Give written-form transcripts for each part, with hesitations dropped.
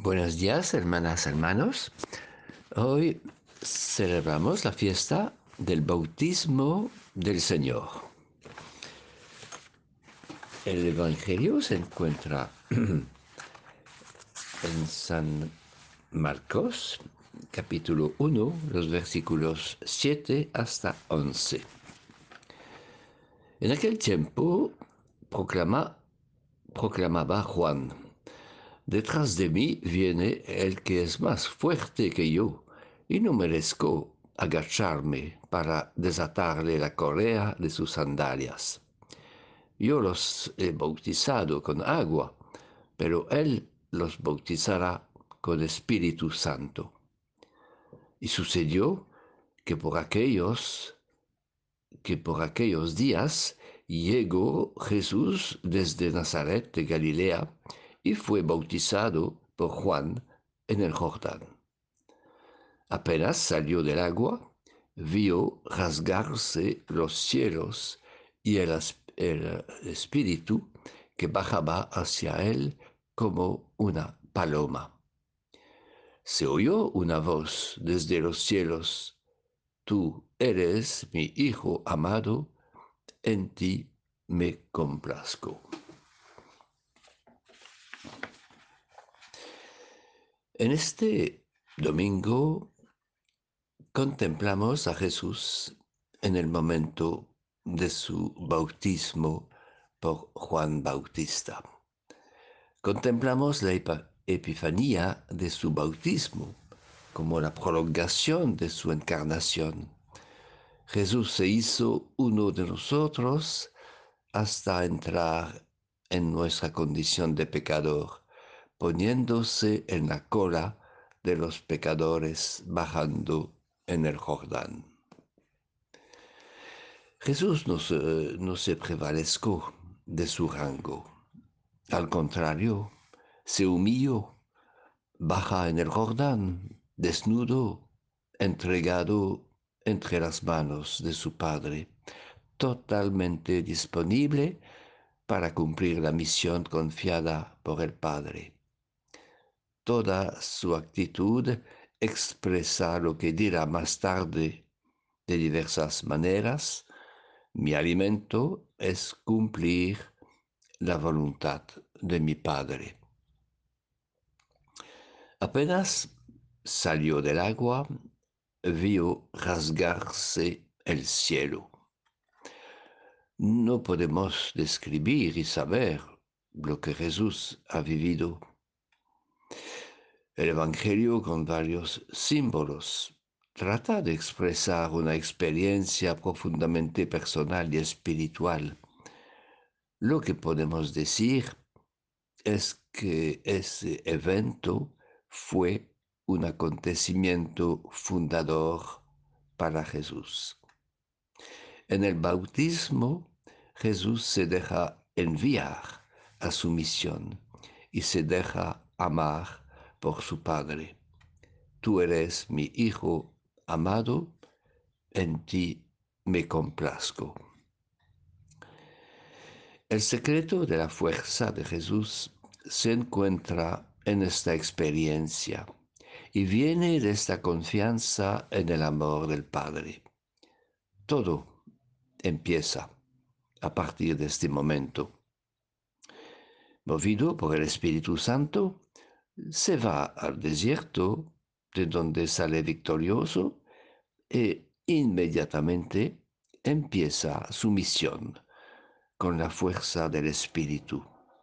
Buenos días, hermanas, hermanos. Hoy celebramos la fiesta del bautismo del Señor. El Evangelio se encuentra en San Marcos, capítulo 1, los versículos 7 hasta 11. En aquel tiempo proclamaba Juan: detrás de mí viene el que es más fuerte que yo, y no merezco agacharme para desatarle la correa de sus sandalias. Yo los he bautizado con agua, pero él los bautizará con Espíritu Santo. Y sucedió que por aquellos días llegó Jesús desde Nazaret de Galilea y fue bautizado por Juan en el Jordán. Apenas salió del agua, vio rasgarse los cielos y el Espíritu que bajaba hacia él como una paloma. Se oyó una voz desde los cielos: tú eres mi Hijo amado, en ti me complazco. En este domingo contemplamos a Jesús en el momento de su bautismo por Juan Bautista. Contemplamos la epifanía de su bautismo como la prolongación de su encarnación. Jesús se hizo uno de nosotros hasta entrar en nuestra condición de pecador, poniéndose en la cola de los pecadores bajando en el Jordán. Jesús no se prevalezcó de su rango. Al contrario, se humilló, baja en el Jordán, desnudo, entregado entre las manos de su Padre, totalmente disponible para cumplir la misión confiada por el Padre. Toda su actitud expresa lo que dirá más tarde de diversas maneras: mi alimento es cumplir la voluntad de mi Padre. Apenas salió del agua, vio rasgarse el cielo. No podemos describir y saber lo que Jesús ha vivido. El Evangelio, con varios símbolos, trata de expresar una experiencia profundamente personal y espiritual. Lo que podemos decir es que ese evento fue un acontecimiento fundador para Jesús. En el bautismo, Jesús se deja enviar a su misión y se deja amar por su Padre. Tú eres mi Hijo amado, en ti me complazco. El secreto de la fuerza de Jesús se encuentra en esta experiencia y viene de esta confianza en el amor del Padre. Todo empieza a partir de este momento. Movido por el Espíritu Santo, se va al desierto, de donde sale victorioso, e inmediatamente empieza su misión con la fuerza del Espíritu.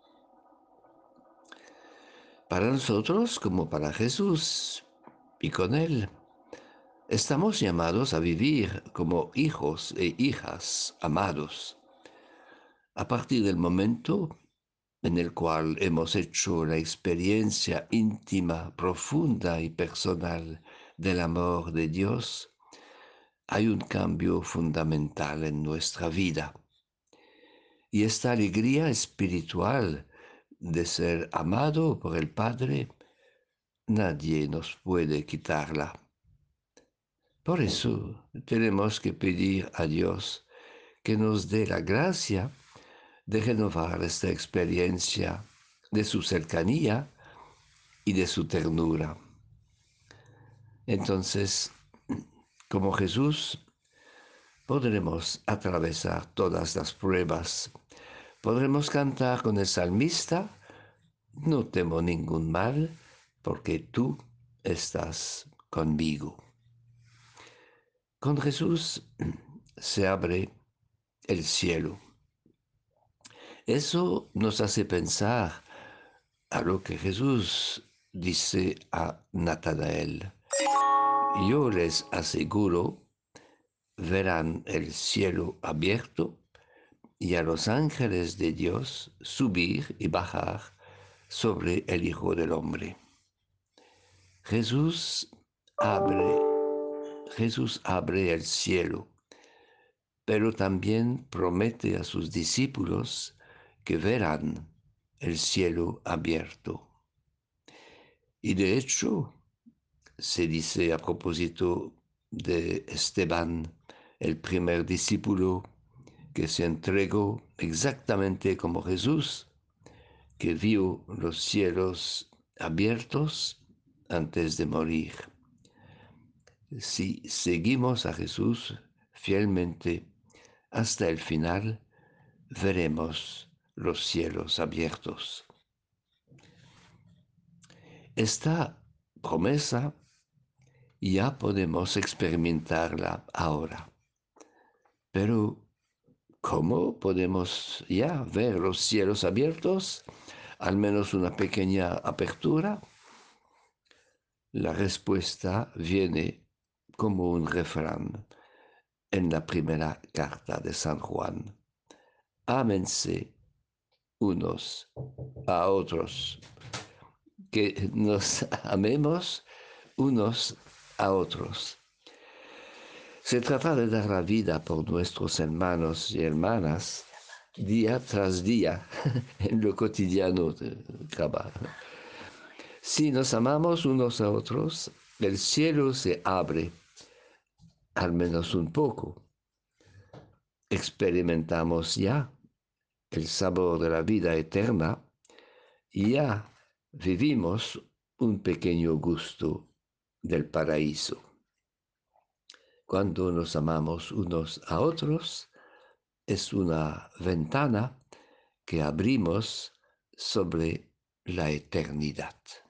Para nosotros, como para Jesús y con Él, estamos llamados a vivir como hijos e hijas amados. A partir del momento en el cual hemos hecho la experiencia íntima, profunda y personal del amor de Dios, hay un cambio fundamental en nuestra vida. Y esta alegría espiritual de ser amado por el Padre, nadie nos puede quitarla. Por eso tenemos que pedir a Dios que nos dé la gracia de renovar esta experiencia de su cercanía y de su ternura. Entonces, como Jesús, podremos atravesar todas las pruebas. Podremos cantar con el salmista, no temo ningún mal, porque tú estás conmigo. Con Jesús se abre el cielo. Eso nos hace pensar a lo que Jesús dice a Natanael. Yo les aseguro, verán el cielo abierto y a los ángeles de Dios subir y bajar sobre el Hijo del Hombre. Jesús abre, Jesús abre el cielo, pero también promete a sus discípulos que verán el cielo abierto. Y de hecho, se dice a propósito de Esteban, el primer discípulo que se entregó exactamente como Jesús, que vio los cielos abiertos antes de morir. Si seguimos a Jesús fielmente hasta el final, veremos los cielos abiertos. Esta promesa ya podemos experimentarla ahora. Pero, ¿cómo podemos ya ver los cielos abiertos? Al menos una pequeña apertura. La respuesta viene como un refrán en la primera carta de San Juan. Ámense unos a otros, que nos amemos unos a otros. Se trata de dar la vida por nuestros hermanos y hermanas día tras día en lo cotidiano de trabajo. Si nos amamos unos a otros, el cielo se abre, al menos un poco. Experimentamos ya el sabor de la vida eterna y ya vivimos un pequeño gusto del paraíso. Cuando nos amamos unos a otros, es una ventana que abrimos sobre la eternidad.